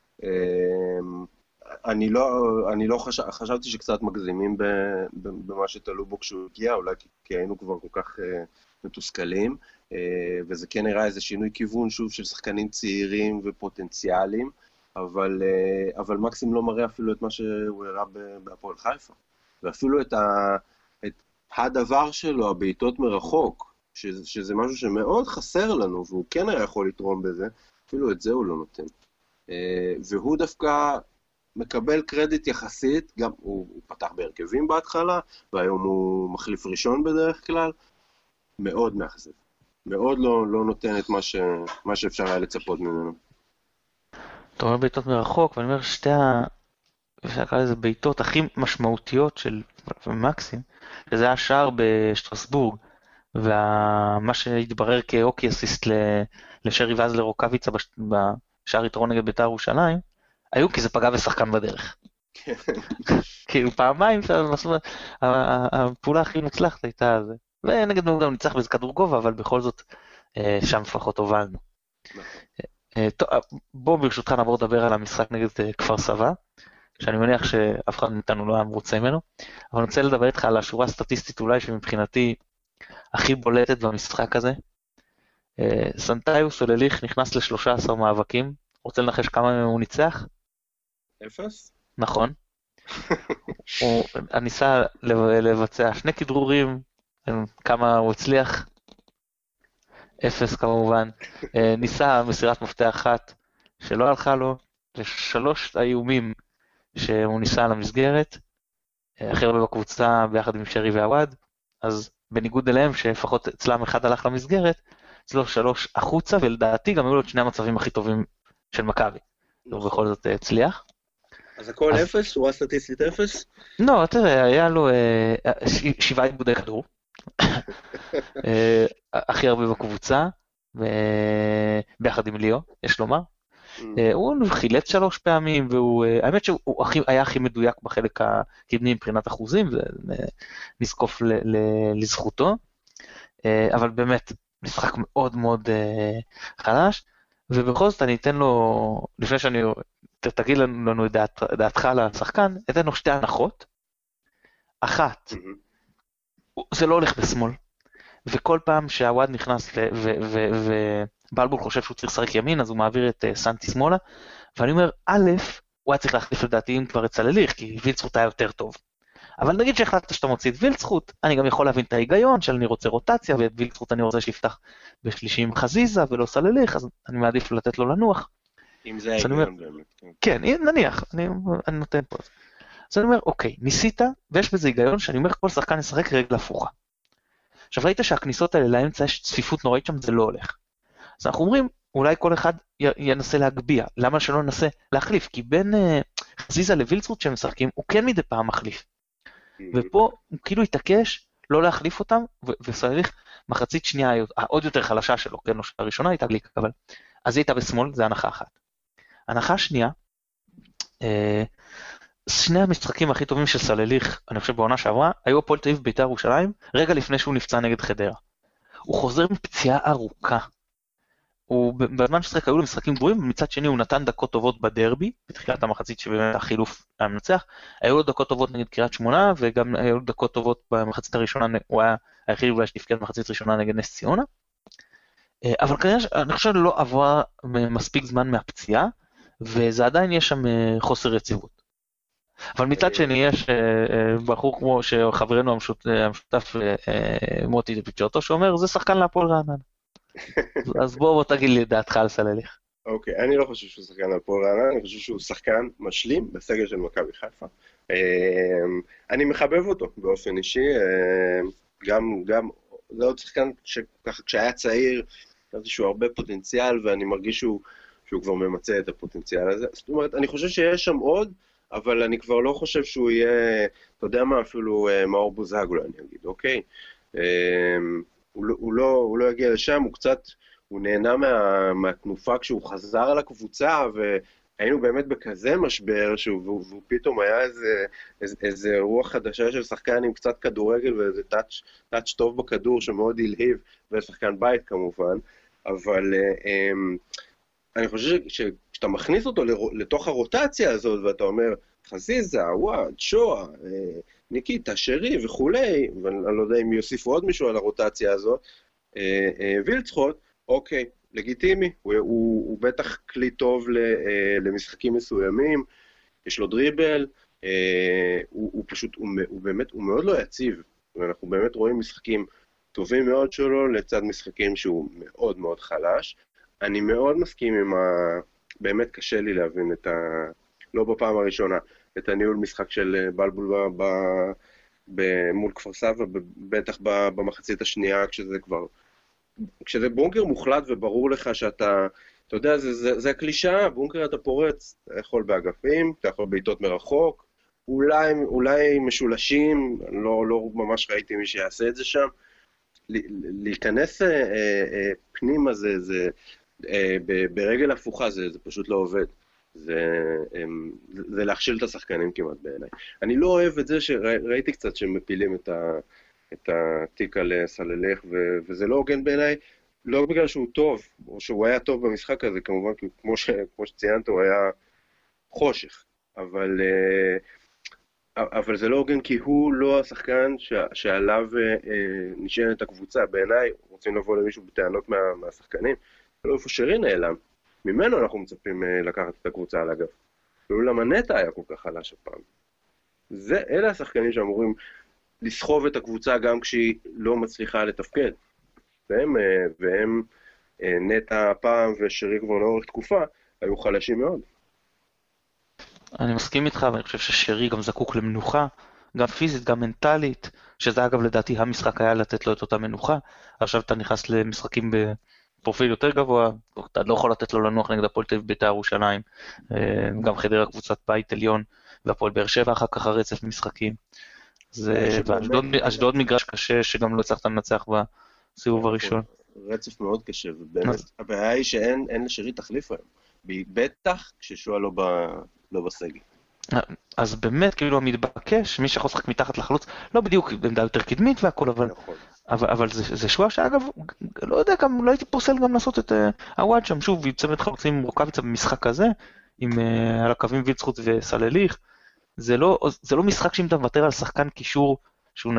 אני לא חשבתי שקצת מגזימים במה שתלו בו כשהוא הגיע, אולי כי היינו כבר כל כך מתוסכלים, וזה כן נראה איזה שינוי כיוון שוב של שחקנים צעירים ופוטנציאליים, אבל מקסים לא מראה אפילו את מה שהוא הראה בהפועל חיפה, ואפילו את הדבר שלו, הבעיטות מרחוק, שזה משהו שמאוד חסר לנו, והוא כן היה יכול לתרום בזה, אפילו את זה הוא לא נותן. והוא דווקא מקבל קרדיט יחסית, גם הוא פתח בהרכבים בהתחלה, והיום הוא מחליף ראשון בדרך כלל, מאוד מאכזב. מאוד לא נותן את מה שאפשר היה לצפות ממנו. אתה אומר בעיטות מרחוק, ואני אומר אפשר לזה בעיטות הכי משמעותיות של מקסים, שזה היה שער בשטרסבורג, ומה שהתברר כאוקי אסיסט לשרי ואז לרוקאביצה בשער יתרון נגד בית"ר ירושלים, היו כי זה פגע בשחקן בדרך. כאילו פעמיים, הפעולה הכי מוצלחת הייתה זה. ונגד גם ניצח באיזה כדור גובה, אבל בכל זאת שם לפחות הובלנו. טוב, בואו ברשותך נעבור לדבר על המשחק נגד כפר סבא, שאני מניח שאף אחד מאיתנו לא היה מרוצה ממנו, אבל אני רוצה לדבר איתך על השורה הסטטיסטית אולי שמבחינתי הכי בולטת במשחק הזה. סנטיוס אולליך נכנס ל13 מאבקים, רוצה לנחש כמה מהם הוא ניצח? 0? נכון. הוא ניסה לבצע 2 כדרורים, כמה הוא הצליח? 0 כמובן. ניסה מסירת מפתח אחת שלא הלכה לו, ו3 האיומים שהוא ניסה על המסגרת, הכי הרבה בקבוצה ביחד עם שרי ועווד, אז בניגוד אליהם שלפחות אצלם אחד הלך למסגרת, אצלו 3 החוצה, ולדעתי גם היו לו את 2 המצבים הכי טובים של מכבי. הוא בכל זאת הצליח. אז הכל 0? שורה סטטיסטית 0? לא, תראה, היה לו 7 עיבודי כדור, הכי הרבה בקבוצה, ביחד עם ליאו, יש לומר. הוא חילץ 3 פעמים, האמת שהוא היה הכי מדויק בחלק הקדמי מבחינת אחוזים, ונזקוף לזכותו, אבל באמת, משחק מאוד מאוד חלש, ובכל זאת אני אתן לו, לפני שאני, תגיד לנו את דעתך על השחקן, אתן לו 2 הנחות. אחת, זה לא הולך בשמאל, וכל פעם שהוואד נכנס ובלבול חושב שהוא צריך לשחק ימין, אז הוא מעביר את סנטי שמאלה, ואני אומר, א', הוא היה צריך להחליף לדעתי אם כבר את סלליך, כי וילצחוט היה יותר טוב. אבל נגיד שהחלטת שאתה מוציא את וילצחוט, אני גם יכול להבין את ההיגיון של אני רוצה רוטציה, ואת וילצחוט אני רוצה שיפתח בשלישי עם חזיזה ולא סלליך, אז אני מעדיף לתת לו לנוח. אם זה ההיגיון באמת. כן, נניח, אני נותן פה. אז אני אומר, אוקיי, ניסית, ויש בזה היגיון שאני אומר, כל שחקן ישחק רגל הפוכה. עכשיו ראית שהכניסות האלה לאמצע יש צפיפות נוראית שם, זה לא הולך. אז אנחנו אומרים, אולי כל אחד ינסה להגביע, למה שלא ננסה להחליף? כי בין חזיזה לווילצחוט שהם משחקים, הוא כן מדי פעם מחליף. ופה הוא כאילו התעקש לא להחליף אותם, וסלליך מחצית שנייה עוד יותר חלשה שלו, כן, לא שהראשונה הייתה גליק, אבל אז היא הייתה בשמאל, זה הנחה אחת. הנחה שנייה, שני המשחקים הכי טובים של סלליך, אני חושב בעונה שעברה, היו הפועל תל אביב בית"ר ירושלים, רגע לפני שהוא נפצע נגד חדרה. הוא חוזר מפציעה ארוכה. בזמן ששחק היו לו משחקים גרועים, ומצד שני הוא נתן דקות טובות בדרבי, בתחילת המחצית שבאמת החילוף היה מנצח, היו לו דקות טובות נגד קריית שמונה, וגם היו לו דקות טובות במחצית הראשונה, הוא היה היחיד אולי שתפקד במחצית ראשונה נגד נס ציונה, אבל כנראה אני חושב לא עברה מספיק זמן מהפציעה, וזה עדיין יש שם חוסר יציבות. אבל מצד שני יש בחור כמו שחברנו המשותף מוטי פיצ'וטו שאומר זה שחקן להפועל רעננה. אז בוא תגיד לי דעתך על סלליך. אוקיי, אני לא חושב שהוא שחקן להפועל רעננה, אני חושב שהוא שחקן משלים בסגל של מכבי חיפה. אני מחבב אותו באופן אישי, גם זה עוד שחקן שככה כשהיה צעיר, חשבתי שהוא הרבה פוטנציאל ואני מרגיש שהוא כבר ממצא את הפוטנציאל הזה. זאת אומרת, אני חושב שיש שם עוד, אבל אני כבר לא חושב שהוא יהיה, אתה יודע מה, אפילו מאור בוזגלו, אני אגיד, אוקיי? הוא לא יגיע לשם, הוא נהנה מהתנופה כשהוא חזר לקבוצה, והיינו באמת בכזה משבר, והוא פתאום היה איזה רוח חדשה של שחקן עם קצת כדורגל, ואיזה טאץ' טוב בכדור שמאוד הלהיב, ושחקן בית כמובן, אבל אני חושב שכשאתה מכניס אותו לתוך הרוטציה הזאת, ואתה אומר, חזיזה, וואד, שואה, ניקיטה, שרי וכולי, ואני לא יודע אם יוסיפו עוד מישהו על הרוטציה הזאת, וילצחוט, אוקיי, לגיטימי, הוא בטח כלי טוב למשחקים מסוימים, יש לו דריבל, הוא פשוט, הוא באמת, הוא מאוד לא יציב, ואנחנו באמת רואים משחקים טובים מאוד שלו, לצד משחקים שהוא מאוד מאוד חלש. אני מאוד מסכים עם באמת קשה לי להבין לא בפעם הראשונה, את הניהול משחק של בלבול מול כפר סבא, בטח במחצית השנייה, כשזה בונקר מוחלט וברור לך שאתה, אתה יודע, זה הקלישה, בונקר אתה פורץ, אתה יכול באגפים, אתה יכול בעיטות מרחוק, אולי משולשים, לא ממש ראיתי מי שיעשה את זה שם, להיכנס פנימה ברגל הפוכה זה פשוט לא עובד. זה להכשיל את השחקנים כמעט בעיניי. אני לא אוהב את זה שראיתי קצת שמפילים את התיק על סלליך, וזה לא הוגן בעיניי, לא בגלל שהוא טוב, או שהוא היה טוב במשחק הזה, כמובן, כמו שציינת, הוא היה חושך, אבל זה לא הוגן כי הוא לא השחקן שעליו נשענת הקבוצה. בעיניי רוצים לבוא למישהו בטענות מהשחקנים, לא איפה שרי נעלם, ממנו אנחנו מצפים לקחת את הקבוצה על אגב. ולא למה נטע היה כל כך חלש הפעם. אלה השחקנים שאמורים לסחוב את הקבוצה גם כשהיא לא מצליחה לתפקד. והם נטע הפעם ושרי כבר לאורך תקופה היו חלשים מאוד. אני מסכים איתך, ואני חושב ששרי גם זקוק למנוחה, גם פיזית, גם מנטלית, שזה אגב לדעתי המשחק היה לתת לו את אותה מנוחה. עכשיו אתה נכנס למשחקים בפרופיל יותר גבוה, אתה לא יכול לתת לו לנוח נגד הפועל תל אביב בית"ר ירושלים, גם חדרה קבוצת בית עליון, והפועל באר שבע אחר כך הרצף משחקים. אשדוד מגרש קשה שגם לא הצלחת לנצח בסיבוב הראשון. רצף מאוד קשה, ובאמת הבעיה היא שאין לשרי תחליף היום, בטח כששועה לא בסגל. אז באמת כאילו המתבקש, מי שיכול לשחק מתחת לחלוץ, לא בדיוק בעמדה יותר קדמית והכל, אבל זה שועה שאגב, לא יודע, לא הייתי פוסל גם לעשות את הוואד שם, שוב, צמד חלוצים עם רוקאביצה במשחק הזה, על הקווים וילצחוט וסלליך, זה לא משחק שאם אתה מוותר על שחקן קישור, שהוא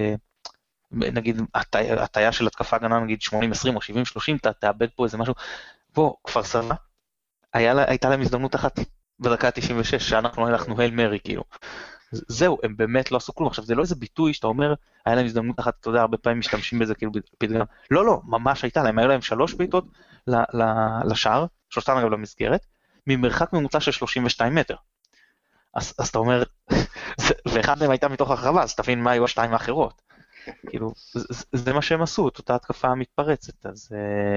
נגיד הטיה של התקפה הגנה, נגיד 80-20 או 70-30, אתה תאבד פה איזה משהו, פה כפר סבא, הייתה להם הזדמנות אחת בדקה 96, שאנחנו הלכנו הייל מרי, כאילו. זהו, הם באמת לא עשו כלום. עכשיו, זה לא איזה ביטוי שאתה אומר, היה להם הזדמנות אחת, אתה יודע, הרבה פעמים משתמשים בזה, כאילו, פתגם. לא, ממש הייתה להם, היו להם 3 בעיטות לשער, 3 אגב למסגרת, ממרחק ממוצע של 32 מטר. אז אתה אומר, ואחד מהם הייתה מתוך הרחבה, אז תבין מה היו השתיים האחרות. כאילו, זה מה שהם עשו, את אותה התקפה המתפרצת, אז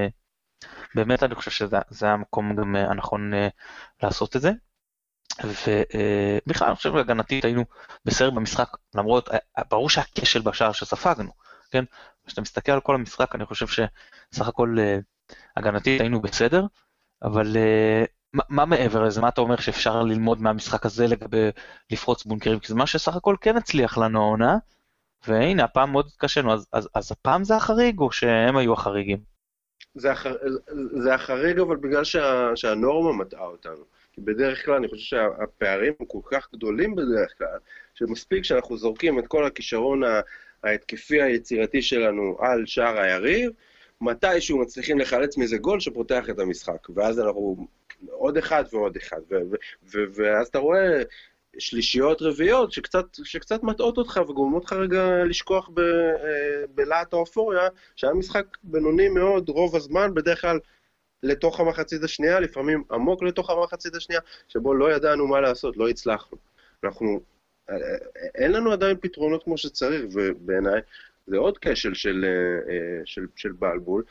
באמת אני חושב שזה המקום גם הנכון לעשות את זה. ובכלל אני חושב שהגנתית היינו בסדר במשחק, למרות, ברור שהכשל בשער שספגנו, כן? כשאתה מסתכל על כל המשחק, אני חושב שסך הכל הגנתית היינו בסדר, אבל מה מעבר לזה? מה אתה אומר שאפשר ללמוד מהמשחק הזה לגבי לפרוץ בונקרים? כי זה מה שסך הכל כן הצליח לנו העונה, והנה הפעם מאוד התקשינו, אז הפעם זה החריג או שהם היו החריגים? זה, הח... זה החריג, אבל בגלל שהנורמה מטעה אותנו. כי בדרך כלל אני חושב שהפערים הם כל כך גדולים בדרך כלל, שמספיק שאנחנו זורקים את כל הכישרון ההתקפי היצירתי שלנו על שער היריב, מתישהו מצליחים לחלץ מזה גול שפותח את המשחק, ואז אנחנו עוד אחד ועוד אחד, ואז אתה רואה שלישיות רביעיות שקצת מטעות אותך וגורמות לך רגע לשכוח בלהט האופוריה, שהיה משחק בינוני מאוד רוב הזמן, בדרך כלל לתוך המחצית השנייה, לפעמים עמוק לתוך המחצית השנייה, שבו לא ידענו מה לעשות, לא הצלחנו. אנחנו, אין לנו עדיין פתרונות כמו שצריך, ובעיניי זה עוד כשל של בלבול,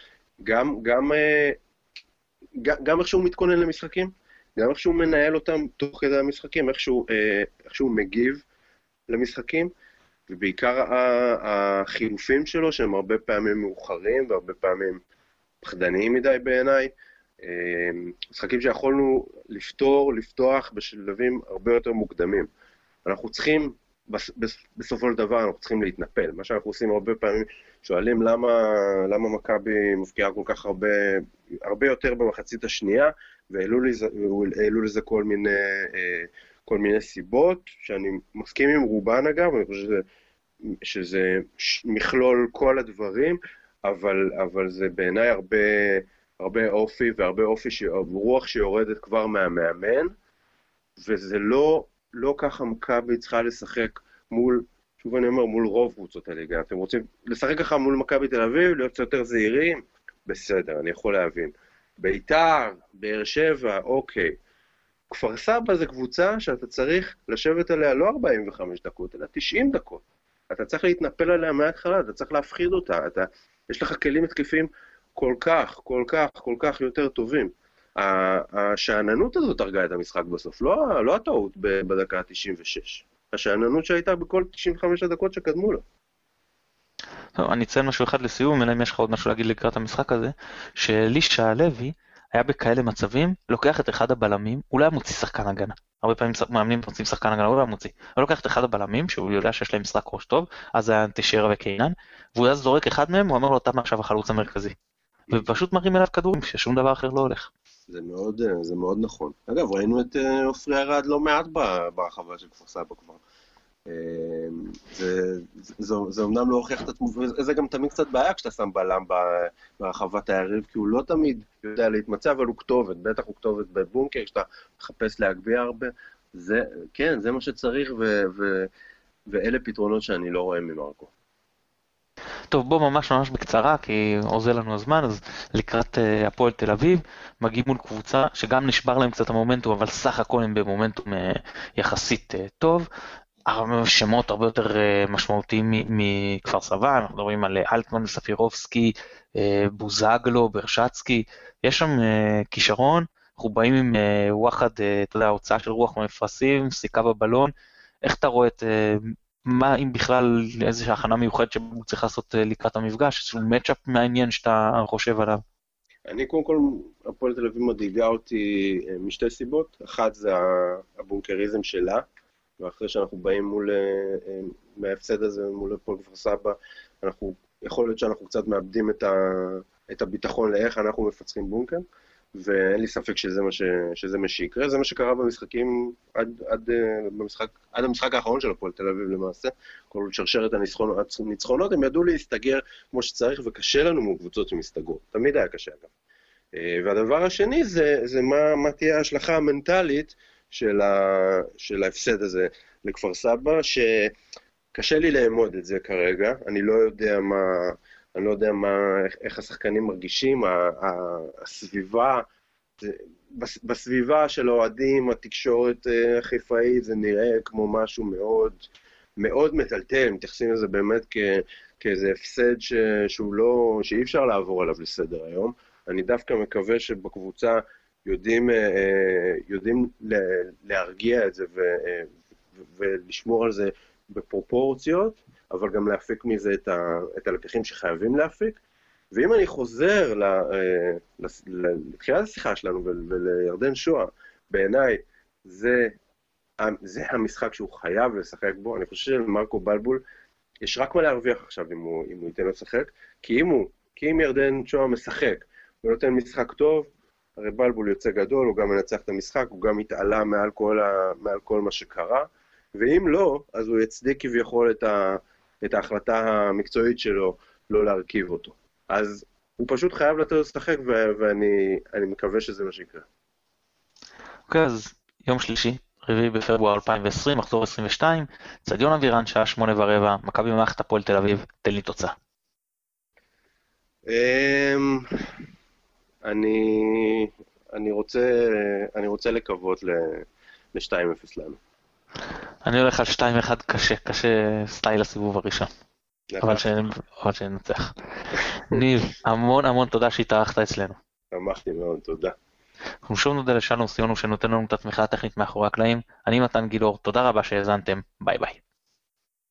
גם איך שהוא מתכונן למשחקים, גם איך שהוא מנהל אותם תוך כדי המשחקים, איך שהוא מגיב למשחקים, ובעיקר החילופים שלו, שהם הרבה פעמים מאוחרים והרבה פעמים פחדניים מדי בעיניי, משחקים שיכולנו לפתוח בשלבים הרבה יותר מוקדמים. אנחנו צריכים, בסופו של דבר, אנחנו צריכים להתנפל. מה שאנחנו עושים הרבה פעמים, שואלים למה מכבי מבקיעה כל כך הרבה יותר במחצית השנייה, והעלו לזה כל מיני סיבות, שאני מסכים עם רובן אגב, אני חושב שזה מכלול כל הדברים, אבל זה בעיניי הרבה אופי, והרבה אופי רוח שיורדת כבר מהמאמן, וזה לא ככה מכבי צריכה לשחק מול, שוב אני אומר, מול רוב קבוצות הליגה. אתם רוצים לשחק ככה מול מכבי תל אביב, להיות יותר זהירים? בסדר, אני יכול להבין. ביתר, באר שבע, אוקיי. כפר סבא זה קבוצה שאתה צריך לשבת עליה לא 45 דקות, אלא 90 דקות. אתה צריך להתנפל עליה מההתחלה, אתה צריך להפחיד אותה, יש לך כלים התקפים כל כך יותר טובים. השעננות הזאת הרגה את המשחק בסוף, לא הטעות בדקה ה-96. השעננות שהייתה בכל 95 הדקות שקדמו לה. טוב, אני אציין משהו אחד לסיום, אלא אם יש לך עוד משהו להגיד לקראת המשחק הזה, שאלישע הלוי היה בכאלה מצבים, לוקח את אחד הבלמים, הוא לא היה מוציא שחקן הגנה. הרבה פעמים מאמנים מוצאים שחקן הגנה, הוא לא היה מוציא. הוא לוקח את אחד הבלמים, שהוא יודע שיש להם משחק ראש טוב, אז היה תשרה וקיינן, והוא אז זורק אחד מהם, הוא אומר לו, אתה מעכשיו החלוץ המרכזי. ופשוט מרים אליו כדורים, ששום דבר אחר לא הולך. זה מאוד נכון. אגב, ראינו את עופרי ארד לא מעט ברחבה של כפר סבא כבר. זה אמנם לא הוכיח את עצמו, וזה גם תמיד קצת בעיה כשאתה שם בלם ברחבת היריב, כי הוא לא תמיד יודע להתמצא, אבל הוא כתובת, בטח הוא כתובת בבונקר, כשאתה מחפש להגביה הרבה. כן, זה מה שצריך, ואלה פתרונות שאני לא רואה ממרקו. טוב, בוא ממש בקצרה, כי עוזר לנו הזמן, אז לקראת הפועל תל אביב, מגיעים מול קבוצה שגם נשבר להם קצת המומנטום, אבל סך הכל הם במומנטום יחסית טוב. שמות הרבה יותר משמעותיים מכפר סבא, אנחנו מדברים על אלטמן ספירובסקי, בוזגלו, ברשצקי, יש שם כישרון, אנחנו באים עם וואחד, אתה יודע, הוצאה של רוח מהמפרשים, סיכה בבלון, איך אתה רואה את, מה אם בכלל איזושהי הכנה מיוחדת שהוא צריך לעשות לקראת המפגש, איזשהו מאצ'אפ מעניין שאתה חושב עליו? אני קודם כל, הפועל תל אביב מדאיגה אותי משתי סיבות, אחת זה הבונקריזם שלה, ואחרי שאנחנו באים מההפסד הזה מול הפועל כפר סבא, יכול להיות שאנחנו קצת מאבדים את הביטחון לאיך אנחנו מפצחים בונקר, ואין לי ספק שזה מה שיקרה. זה מה שקרה במשחקים עד המשחק האחרון של הפועל תל אביב למעשה. כל שרשרת הניצחונות, הם ידעו להסתגר כמו שצריך, וקשה לנו מול קבוצות שמסתגרו. תמיד היה קשה אגב. והדבר השני זה מה תהיה ההשלכה המנטלית של ההפסד הזה לכפר סבא, שקשה לי לאמוד את זה כרגע. אני לא יודע איך השחקנים מרגישים, הסביבה, בסביבה של האוהדים, התקשורת החיפאית, זה נראה כמו משהו מאוד, מאוד מטלטל, מתייחסים לזה באמת כאיזה הפסד שאי אפשר לעבור עליו לסדר היום. אני דווקא מקווה שבקבוצה יודעים להרגיע את זה ולשמור על זה בפרופורציות, אבל גם להפיק מזה את הלקחים שחייבים להפיק, ואם אני חוזר לתחילת השיחה שלנו ולירדן שואה, בעיניי זה המשחק שהוא חייב לשחק בו. אני חושב שלמרקו בלבול יש רק מה להרוויח עכשיו אם הוא ייתן לו לשחק, כי אם ירדן שואה משחק ונותן משחק טוב, הרי בלבול יוצא גדול, הוא גם מנצח את המשחק, הוא גם מתעלה מעל כל מה שקרה, ואם לא, אז הוא יצדיק כביכול את ההחלטה המקצועית שלו לא להרכיב אותו. אז הוא פשוט חייב לתת לשחק, ואני מקווה שזה מה שיקרה. אוקיי, אז יום שלישי, 4 בפברואר 2020, מחזור 22, אצטדיון אבירן, שעה 8:15, מכבי ממלכת הפועל תל אביב, תן לי תוצאה. אני רוצה לקוות ל-2-0 לנו. אני הולך על 2-1 קשה סטייל הסיבוב הראשון, אבל שננצח. ניב, המון תודה שהתארחת אצלנו. שמחתי מאוד, תודה. אנחנו שוב נודה לשלום סיונו שנותן לנו את התמיכה הטכנית מאחורי הקלעים. אני מתן גילאור, תודה רבה שהאזנתם, ביי ביי.